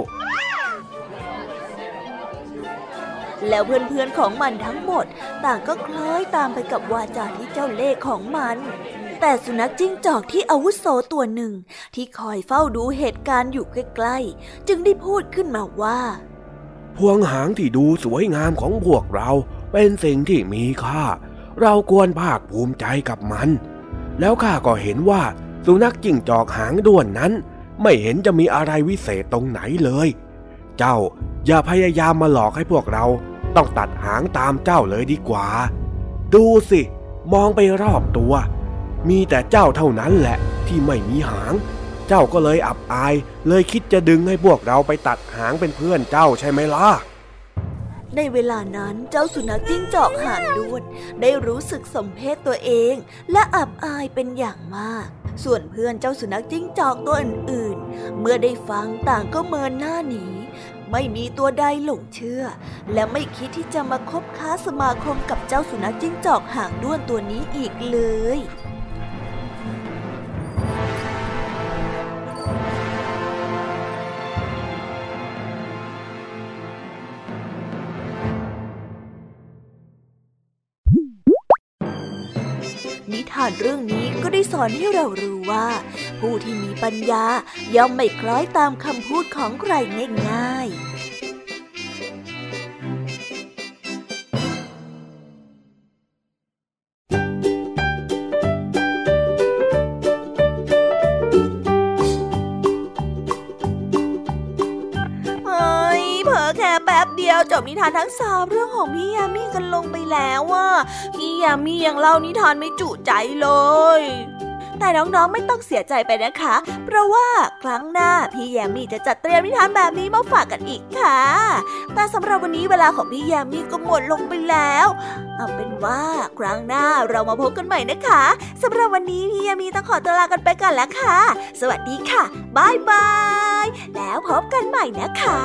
แล้วเพื่อนๆของมันทั้งหมดต่างก็คล้อยตามไปกับวาจาที่เจ้าเล่ห์ของมันแต่สุนัขจิ้งจอกที่อาวุโสตัวหนึ่งที่คอยเฝ้าดูเหตุการณ์อยู่ใกล้ๆจึงได้พูดขึ้นมาว่าพวงหางที่ดูสวยงามของพวกเราเป็นสิ่งที่มีค่าเราควรภาคภูมิใจกับมันแล้วข้าก็เห็นว่าสุนัขจิ้งจอกหางด้วนนั้นไม่เห็นจะมีอะไรวิเศษตรงไหนเลยเจ้าอย่าพยายามมาหลอกให้พวกเราต้องตัดหางตามเจ้าเลยดีกว่าดูสิมองไปรอบตัวมีแต่เจ้าเท่านั้นแหละที่ไม่มีหางเจ้าก็เลยอับอายเลยคิดจะดึงให้พวกเราไปตัดหางเป็นเพื่อนเจ้าใช่ไหมล่ะในเวลานั้นเจ้าสุนัขจิ้งจอกหางด้วนได้รู้สึกสมเพชตัวเองและอับอายเป็นอย่างมากส่วนเพื่อนเจ้าสุนัขจิ้งจอกตัวอื่นๆเมื่อได้ฟังต่างก็เมินหน้าหนีไม่มีตัวใดหลงเชื่อและไม่คิดที่จะมาคบค้าสมาคมกับเจ้าสุนัขจิ้งจอกหางด้วนตัวนี้อีกเลยนิทานเรื่องนี้ก็ได้สอนให้เรารู้ว่าผู้ที่มีปัญญาย่อมไม่คล้อยตามคำพูดของใครง่ายๆจบนิทานทั้ง3เรื่องของพี่ยามีกันลงไปแล้วว่าพี่ยามียังเล่านิทานไม่จุใจเลยแต่น้องๆไม่ต้องเสียใจไปนะคะเพราะว่าครั้งหน้าพี่ยามีจะจัดเตรียมนิทานแบบนี้มาฝากกันอีกค่ะแต่สำหรับวันนี้เวลาของพี่ยามีก็หมดลงไปแล้วเอาเป็นว่าครั้งหน้าเรามาพบกันใหม่นะคะสำหรับวันนี้พี่ยามีต้องขอตัวลากันไปก่อนแล้วค่ะสวัสดีค่ะบ๊ายบายแล้วพบกันใหม่นะคะ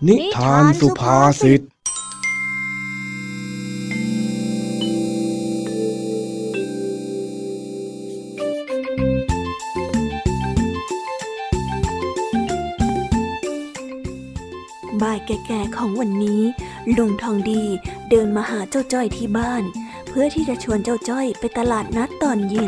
นิทานสุภาษิตบ่ายแก่ๆของวันนี้ลุงทองดีเดินมาหาเจ้าจ้อยที่บ้านเพื่อที่จะชวนเจ้าจ้อยไปตลาดนัดตอนเย็น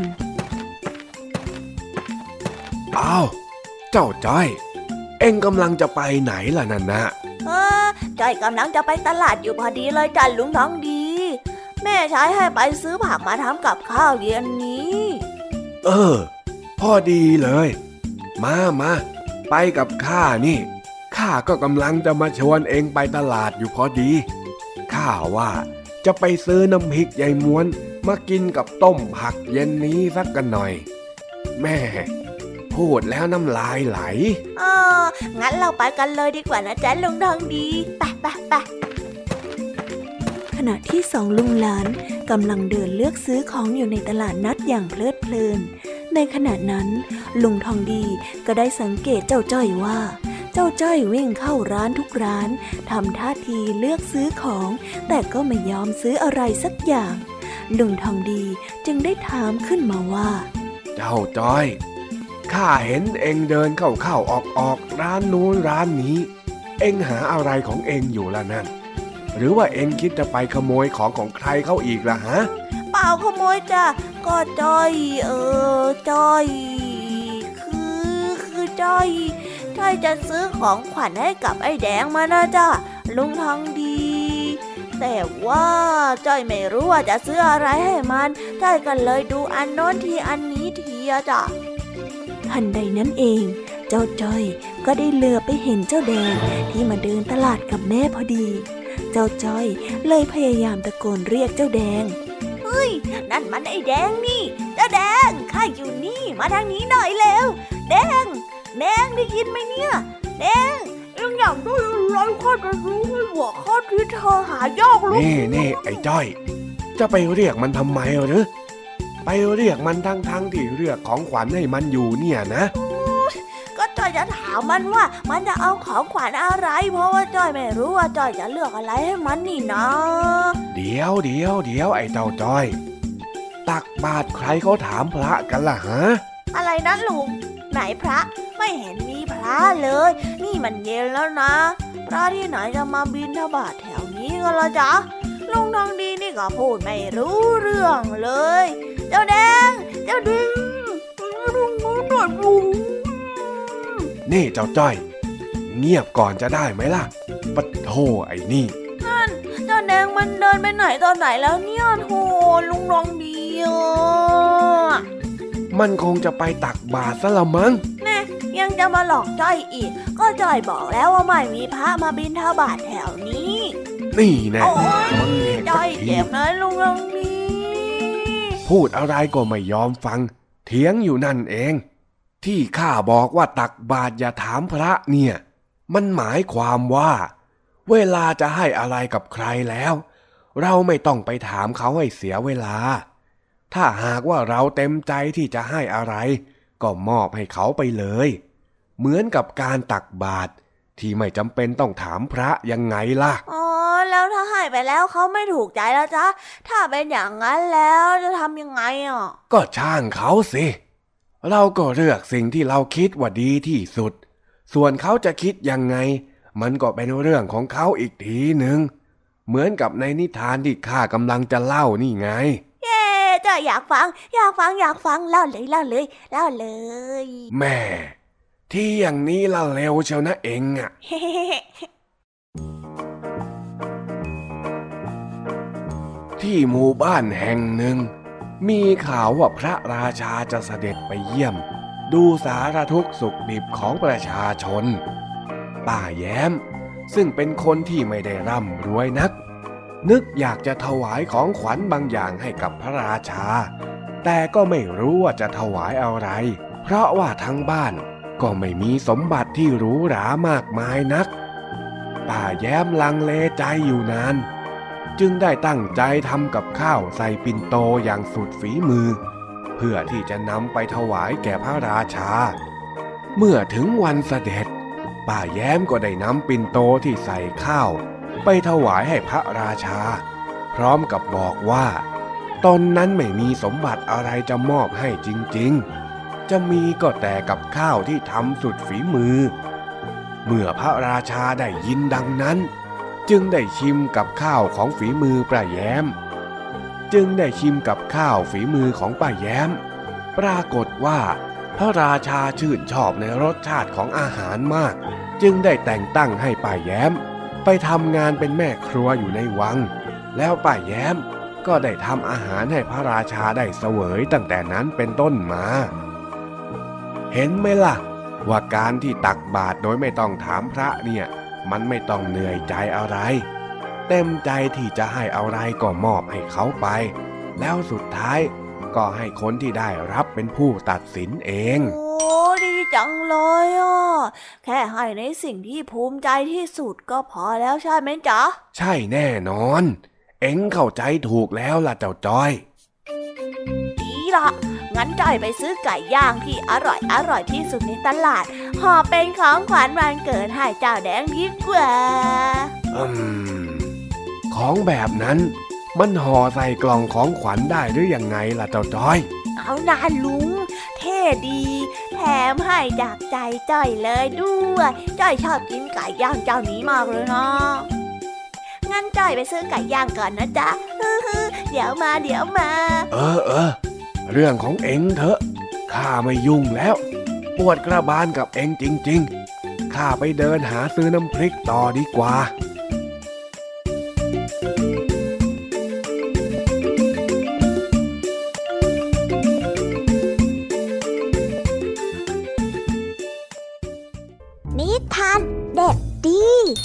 อ้าวเจ้าจ้อยเอ็งกำลังจะไปไหนล่ะนั่นนะจ้อยกำลังจะไปตลาดอยู่พอดีเลยจ้ะลุงทองดีแม่ใช้ให้ไปซื้อผักมาทำกับข้าวเย็นนี้พอดีเลยมาไปกับข้านี่ข้าก็กำลังจะมาชวนเอ็งไปตลาดอยู่พอดีข้าว่าจะไปซื้อน้ำพริกยายม้วนมากินกับต้มผักเย็นนี้สักกันหน่อยแม่พูดแล้วน้ำลายไหลงั้นเราไปกันเลยดีกว่านะจ๊ะลุงทองดีไปขณะที่สองลุงหลานกำลังเดินเลือกซื้อของอยู่ในตลาดนัดอย่างเพลิดเพลินในขณะนั้นลุงทองดีก็ได้สังเกตเจ้าจ้อยว่าเจ้าจ้อยวิ่งเข้าร้านทุกร้านทำท่าทีเลือกซื้อของแต่ก็ไม่ยอมซื้ออะไรสักอย่างลุงทองดีจึงได้ถามขึ้นมาว่าเจ้าจ้อยข้าเห็นเอ็งเดินเข้าออกร้านนู้นร้านนี้เอ็งหาอะไรของเอ็งอยู่ล่ะนั่นหรือว่าเอ็งคิดจะไปขโมยของใครเข้าอีกล่ะฮะเปล่าขโมยจ้ะก็จ้อยจ้อยคือจ้อยจะซื้อของขวัญให้กับไอ้แดงมานะจ้ะลุงทองดีแต่ว่าจ้อยไม่รู้ว่าจะซื้ออะไรให้มันจ้อยก็เลยดูอันโน้นทีอันนี้ทีอะจ้ะทันใดนั้นเองเจ้าจ้อยก็ได้เหลือบไปเห็นเจ้าแดงที่มาเดินตลาดกับแม่พอดีเจ้าจ้อยเลยพยายามตะโกนเรียกเจ้าแดงเฮ้ยนั่นมันไอ้แดงนี่เจ้าแดงข้าอยู่นี่มาทางนี้หน่อยเร็วแดงได้ยินไหมเนี่ยแดงเอ็งอยากได้อะไรข้าจะรู้ให้หัวข้าที่เธอหายากลูกนี่ไอ้จ้อยจะไปเรียกมันทำไมหรือไปเรียกมันทั้งที่เลือกของขวัญให้มันอยู่เนี่ยนะก็จ้อยจะถามมันว่ามันจะเอาของขวัญอะไรเพราะว่าจ้อยไม่รู้ว่าจ้อยจะเลือกอะไรให้มันนี่นะเดี๋ยวไอ้เจ้าจ้อยตักบาตรใครเขาถามพระกันล่ะฮะอะไรนะลุงไหนพระไม่เห็นมีพระเลยนี่มันเย็นแล้วนะพระที่ไหนจะมาบิณฑบาตแถวนี้กันล่ะจ๊ะลุงทองดีนี่ก็พูดไม่รู้เรื่องเลยเจ้าแดงลุงหน่อยลุงนี่เจ้าจ้อยเงียบก่อนจะได้ไหมล่ะปะโธ่ไอ้นี่นั่นเจ้าแดงมันเดินไปไหนตอนไหนแล้วเนี่ยโธ่ลุงทองดีมันคงจะไปตักบาตรซะละมั้งแน่ยังจะมาหลอกจ้อยอีกก็จ้อยบอกแล้วว่าไม่มีพระมาบิณฑบาตแถวนี้นี่แน่มันจ้อยเจ็บนะลุงทองดีพูดอะไรก็ไม่ยอมฟังเถียงอยู่นั่นเองที่ข้าบอกว่าตักบาตรอย่าถามพระเนี่ยมันหมายความว่าเวลาจะให้อะไรกับใครแล้วเราไม่ต้องไปถามเขาให้เสียเวลาถ้าหากว่าเราเต็มใจที่จะให้อะไรก็มอบให้เขาไปเลยเหมือนกับการตักบาตรที่ไม่จำเป็นต้องถามพระยังไงล่ะแล้วถ้าให้ไปแล้วเขาไม่ถูกใจแล้วจ๊ะถ้าเป็นอย่างนั้นแล้วจะทำยังไงก็ช่างเขาสิเราก็เลือกสิ่งที่เราคิดว่าดีที่สุดส่วนเขาจะคิดยังไงมันก็เป็นเรื่องของเขาอีกทีหนึ่งเหมือนกับในนิทานที่ข้ากำลังจะเล่านี่ไงจ้ะอยากฟังเล่าเลยแม่ที่อย่างนี้ละเร็วเชียวนะเองอ่ะ ที่หมู่บ้านแห่งหนึ่งมีข่าวว่าพระราชาจะเสด็จไปเยี่ยมดูสารทุกข์สุขดิบของประชาชนป้าแย้มซึ่งเป็นคนที่ไม่ได้ร่ำรวยนักนึกอยากจะถวายของขวัญบางอย่างให้กับพระราชาแต่ก็ไม่รู้ว่าจะถวายอะไรเพราะว่าทั้งบ้านก็ไม่มีสมบัติที่หรูหรามากมายนักป้าแย้มลังเลใจอยู่นานจึงได้ตั้งใจทำกับข้าวใส่ปิ่นโตอย่างสุดฝีมือเพื่อที่จะนำไปถวายแก่พระราชาเมื่อถึงวันเสด็จป้าแย้มก็ได้นำปิ่นโตที่ใส่ข้าวไปถวายให้พระราชาพร้อมกับบอกว่าตอนนั้นไม่มีสมบัติอะไรจะมอบให้จริงๆจะมีก็แต่กับข้าวที่ทำสุดฝีมือเมื่อพระราชาได้ยินดังนั้นจึงได้ชิมกับข้าวของฝีมือป้าแย้มปรากฏว่าพระราชาชื่นชอบในรสชาติของอาหารมากจึงได้แต่งตั้งให้ป้าแย้มไปทำงานเป็นแม่ครัวอยู่ในวังแล้วป้าแย้มก็ได้ทำอาหารให้พระราชาได้เสวยตั้งแต่นั้นเป็นต้นมาเห็นไหมล่ะว่าการที่ตักบาตรโดยไม่ต้องถามพระเนี่ยมันไม่ต้องเหนื่อยใจอะไรเต็มใจที่จะให้อะไรก็มอบให้เขาไปแล้วสุดท้ายก็ให้คนที่ได้รับเป็นผู้ตัดสินเองโอ้ดีจังเลยอ่ะแค่ให้ในสิ่งที่ภูมิใจที่สุดก็พอแล้วใช่ไหมจ๊ะใช่แน่นอนเอ็งเข้าใจถูกแล้วล่ะเจ้าจ้อยดีละงั้นจ้อยไปซื้อไก่ย่างที่อร่อยที่สุดในตลาดห่อเป็นของขวัญวันเกิดให้เจ้าแดงดีกว่าของแบบนั้นมันห่อใส่กล่องของขวัญได้หรือยังไงล่ะเจ้าจ้อยเอานาลุงเท่ดีแถมให้จากใจจ้อยเลยด้วยจ้อยชอบกินไก่ย่างเจ้านี้มากเลยนะงั้นจ้อยไปซื้อไก่ย่างก่อนนะจ๊ะเดี๋ยวมาเเรื่องของเอ็งเถอะข้าไม่ยุ่งแล้วปวดกระบาลกับเอ็งจริงๆข้าไปเดินหาซื้อน้ำพริกต่อดีกว่านิทานเด็กดี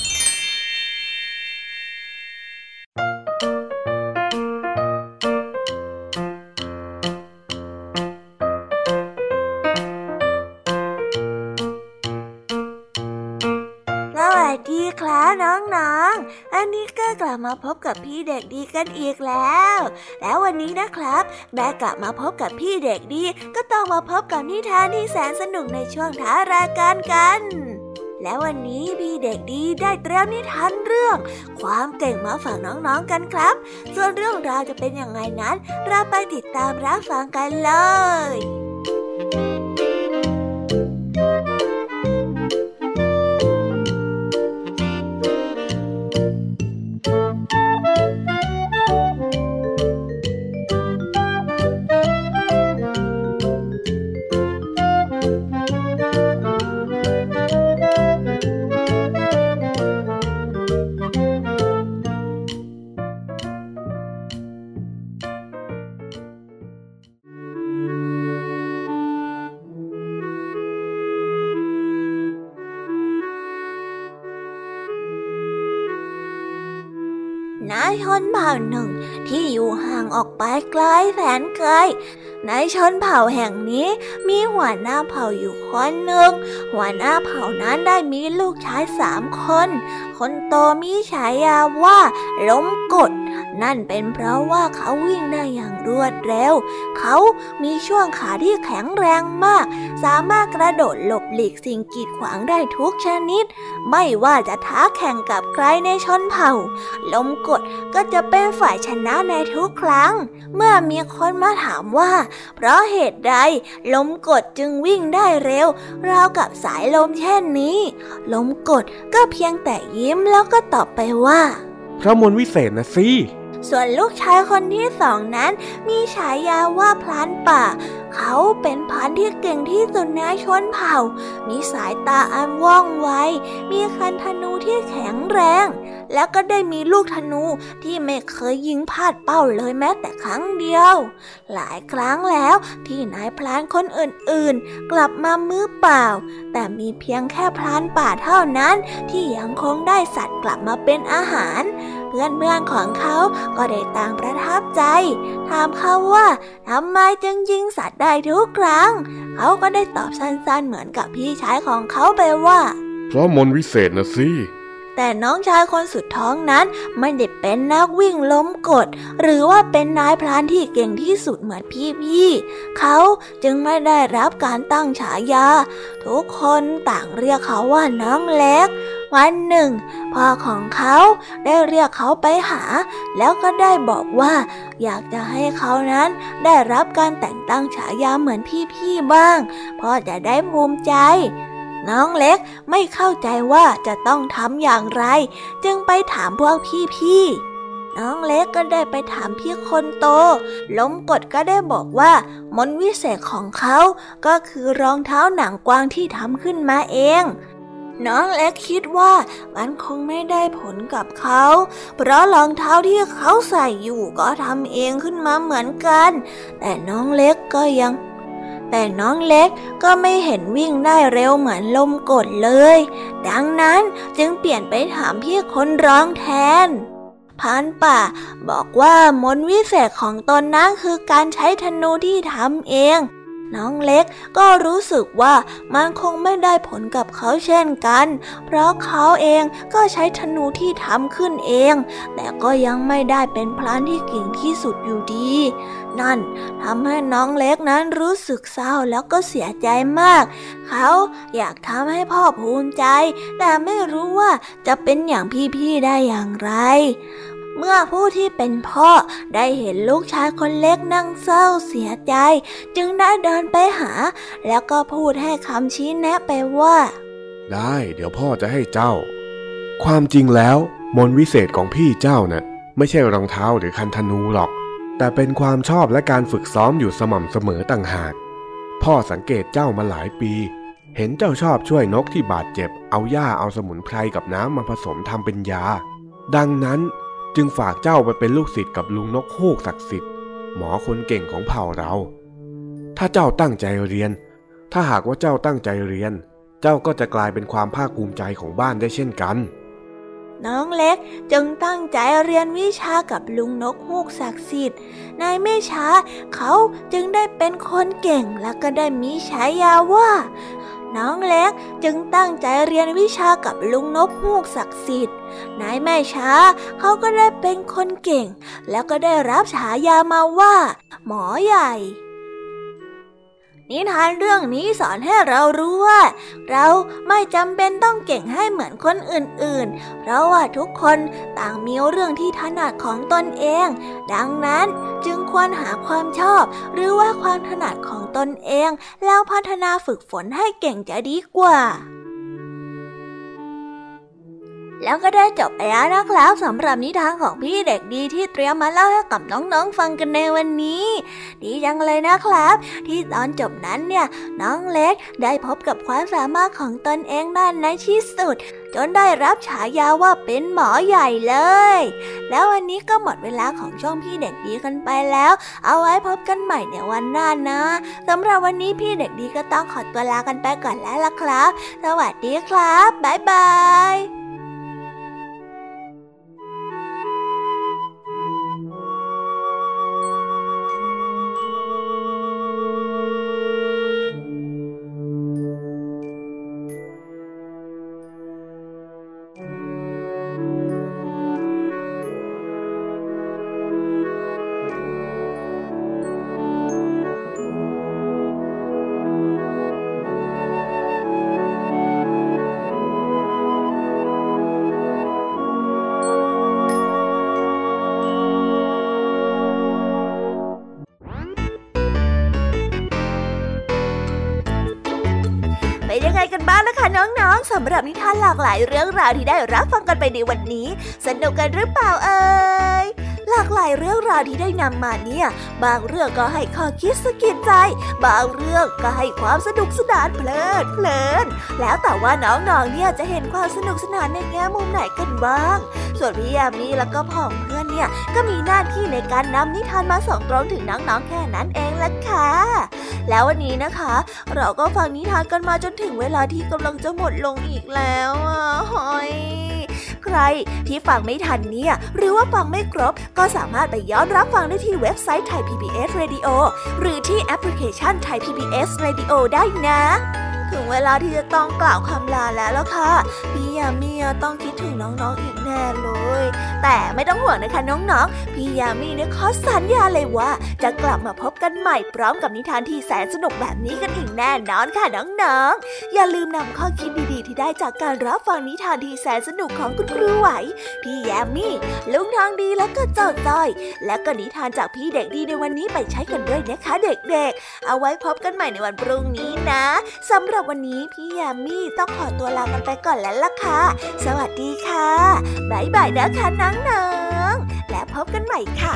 น้องๆอันนี้ก็กลับมาพบกับพี่เด็กดีกันอีกแล้ววันนี้นะครับแม่กลับมาพบกับพี่เด็กดีก็ต้องมาพบกับนิทานที่แสนสนุกในช่วงท้ารายการกันแล้ววันนี้พี่เด็กดีได้เตรียมนิทานเรื่องความเก่งมาฝากน้องๆกันครับส่วนเรื่องราวจะเป็นยังไงนั้นเราไปติดตามรับฟังกันเลยนายชนเผ่าหนึ่งที่อยู่ห่างออกไปไกลแสนไกลในชนเผ่าแห่งนี้มีหัวหน้าเผ่าอยู่คนหนึ่งหัวหน้าเผ่านั้นได้มีลูกชาย3 คนคนโตมีฉายาว่าล้มกดนั่นเป็นเพราะว่าเขาวิ่งได้อย่างรวดเร็วเขามีช่วงขาที่แข็งแรงมากสามารถกระโดดหลบหลีกสิ่งกีดขวางได้ทุกชนิดไม่ว่าจะท้าแข่งกับใครในชนเผ่าล้มกดก็จะเป็นฝ่ายชนะในทุกครั้งเมื่อมีคนมาถามว่าเพราะเหตุใดล้มกดจึงวิ่งได้เร็วราวกับสายลมเช่นนี้ล้มกดก็เพียงแต่ยิ้มแล้วก็ตอบไปว่าพระมนต์วิเศษนะสิส่วนลูกชายคนที่2นั้นมีฉายาว่าพรานป่าเขาเป็นพรานที่เก่งที่สุดในชนเผ่ามีสายตาอันว่องไวมีคันธนูที่แข็งแรงแล้วก็ได้มีลูกธนูที่ไม่เคยยิงพลาดเป้าเลยแม้แต่ครั้งเดียวหลายครั้งแล้วที่นายพรานคนอื่นๆกลับมามือเปล่าแต่มีเพียงแค่พรานป่าเท่านั้นที่ยังคงได้สัตว์กลับมาเป็นอาหารเพื่อนๆของเขาก็ได้ต่างประทับใจถามเขาว่าทำไมจึงยิงสัตว์ได้ทุกครั้งเขาก็ได้ตอบสั้นๆเหมือนกับพี่ชายของเขาไปว่าเพราะมนต์วิเศษนะสิแต่น้องชายคนสุดท้องนั้นไม่ได้เป็นนักวิ่งล้มกฎหรือว่าเป็นนายพรานที่เก่งที่สุดเหมือนพี่ๆเขาจึงไม่ได้รับการตั้งฉายาทุกคนต่างเรียกเขาว่าน้องเล็กวันหนึ่งพ่อของเขาได้เรียกเขาไปหาแล้วก็ได้บอกว่าอยากจะให้เขานั้นได้รับการแต่งตั้งฉายาเหมือนพี่ๆบ้างพ่อจะได้ภูมิใจน้องเล็กไม่เข้าใจว่าจะต้องทำอย่างไรจึงไปถามพวกพี่ๆน้องเล็กก็ได้ไปถามพี่คนโตล้มกฎก็ได้บอกว่ามนต์วิเศษของเขาก็คือรองเท้าหนังกวางที่ทำขึ้นมาเองน้องเล็กคิดว่ามันคงไม่ได้ผลกับเขาเพราะรองเท้าที่เขาใส่อยู่ก็ทำเองขึ้นมาเหมือนกันแต่น้องเล็กก็ไม่เห็นวิ่งได้เร็วเหมือนลมกดเลยดังนั้นจึงเปลี่ยนไปถามพี่คนร้องแทนพรานป่าบอกว่ามนต์วิเศษของตนนั้นคือการใช้ธนูที่ทำเองน้องเล็กก็รู้สึกว่ามันคงไม่ได้ผลกับเขาเช่นกันเพราะเขาเองก็ใช้ธนูที่ทำขึ้นเองแต่ก็ยังไม่ได้เป็นพรานที่เก่งที่สุดอยู่ดีนั่นทำให้น้องเล็กนั้นรู้สึกเศร้าแล้วก็เสียใจมากเขาอยากทำให้พ่อภูมิใจแต่ไม่รู้ว่าจะเป็นอย่างพี่ๆได้อย่างไรเมื่อผู้ที่เป็นพ่อได้เห็นลูกชายคนเล็กนั่งเศร้าเสียใจจึงได้เดินไปหาแล้วก็พูดให้คำชี้แนะไปว่าได้เดี๋ยวพ่อจะให้เจ้าความจริงแล้วมนต์วิเศษของพี่เจ้าน่ะไม่ใช่รองเท้าหรือคันธนูหรอกแต่เป็นความชอบและการฝึกซ้อมอยู่สม่ำเสมอต่างหากพ่อสังเกตเจ้ามาหลายปีเห็นเจ้าชอบช่วยนกที่บาดเจ็บเอาหญ้าเอาสมุนไพรกับน้ำมาผสมทำเป็นยาดังนั้นจึงฝากเจ้าไปเป็นลูกศิษย์กับลุงนกฮูกศักดิ์สิทธิ์หมอคนเก่งของเผ่าเราถ้าเจ้าตั้งใจเรียนถ้าหากว่าเจ้าตั้งใจเรียนเจ้าก็จะกลายเป็นความภาคภูมิใจของบ้านได้เช่นกันน้องเล็กจึงตั้งใจเรียนวิชากับลุงนกฮูกศักดิ์สิทธิ์ในไม่ช้าเขาจึงได้เป็นคนเก่งและก็ได้มีฉายาว่าน้องเล็กจึงตั้งใจเรียนวิชากับลุงนกฮูกศักดิ์สิทธิ์ในไม่ช้าเขาก็ได้เป็นคนเก่งแล้วก็ได้รับฉายามาว่าหมอใหญ่นิทานเรื่องนี้สอนให้เรารู้ว่าเราไม่จำเป็นต้องเก่งให้เหมือนคนอื่นๆเพราะว่าทุกคนต่างมีเรื่องที่ถนัดของตนเองดังนั้นจึงควรหาความชอบหรือว่าความถนัดของตนเองแล้วพัฒนาฝึกฝนให้เก่งจะดีกว่าแล้วก็ได้จบไปแล้วนะครับสำหรับนิทานของพี่เด็กดีที่เตรียมมาเล่าให้กับน้องๆฟังกันในวันนี้ดีจังเลยนะครับที่ตอนจบนั้นเนี่ยน้องเล็กได้พบกับความสามารถของตนเองได้ในที่สุดจนได้รับฉายาว่าเป็นหมอใหญ่เลยแล้ววันนี้ก็หมดเวลาของช่องพี่เด็กดีกันไปแล้วเอาไว้พบกันใหม่ในวันหน้านะสำหรับวันนี้พี่เด็กดีก็ต้องขอตัวลากันไปก่อนแล้วล่ะครับสวัสดีครับบ๊ายบายเป็นยังไงกันบ้างนะคะน้องๆสำหรับนิทานหลากหลายเรื่องราวที่ได้รับฟังกันไปในวันนี้สนุกกันหรือเปล่าเอ่ยหลากหลายเรื่องราวที่ได้นำมาเนี่ยบางเรื่องก็ให้ข้อคิดสะกิดใจบางเรื่องก็ให้ความสนุกสนานเพลินแล้วแต่ว่าน้องๆเนี่ยจะเห็นความสนุกสนานในแง่มุมไหนกันบ้างส่วนพี่ยามีแล้วก็พ่องเพื่อนเนี่ยก็มีหน้าที่ในการนำนิทานมาส่งตรงถึงน้องๆแค่นั้นเองล่ะค่ะแล้ววันนี้นะคะเราก็ฟังนิทานกันมาจนถึงเวลาที่กำลังจะหมดลงอีกแล้วหอยใครที่ฟังไม่ทันเนี่ยหรือว่าฟังไม่ครบก็สามารถไปย้อนรับฟังได้ที่เว็บไซต์ Thai PBS Radio หรือที่แอปพลิเคชัน Thai PBS Radio ได้นะถึงเวลาที่จะต้องกล่าวคำลาแล้วล่ะค่ะพี่ยามีต้องคิดถึงน้องๆอีกแน่เลยแต่ไม่ต้องห่วงนะคะน้องๆพี่ยามีเนี่ยขอสัญญาเลยว่าจะกลับมาพบกันใหม่พร้อมกับนิทานที่แสนสนุกแบบนี้กันอีกแน่นอนค่ะน้องๆอย่าลืมนำข้อคิดดีๆที่ได้จากการรับฟังนิทานที่แสนสนุกของคุณครูไหวพี่ยามีลุงทองดีและก็เจ้าจ้อยและก็นิทานจากพี่เด็กดีในวันนี้ไปใช้กันด้วยนะคะเด็กๆเอาไว้พบกันใหม่ในวันพรุ่งนี้นะสำหรับวันนี้พี่ยามีต้องขอตัวลากันไปก่อนแล้วล่ะค่ะสวัสดีค่ะบ๊ายบายนะคะน้องๆและพบกันใหม่ค่ะ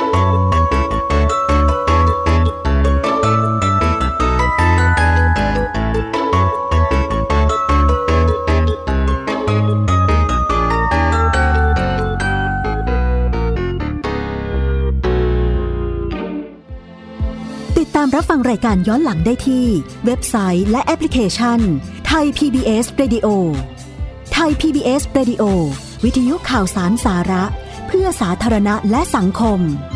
ติดตามรับฟังรายการย้อนหลังได้ที่เว็บไซต์และแอปพลิเคชัน Thai PBS Radio Thai PBS Radio วิทยุข่าวสารสาระเพื่อสาธารณะและสังคม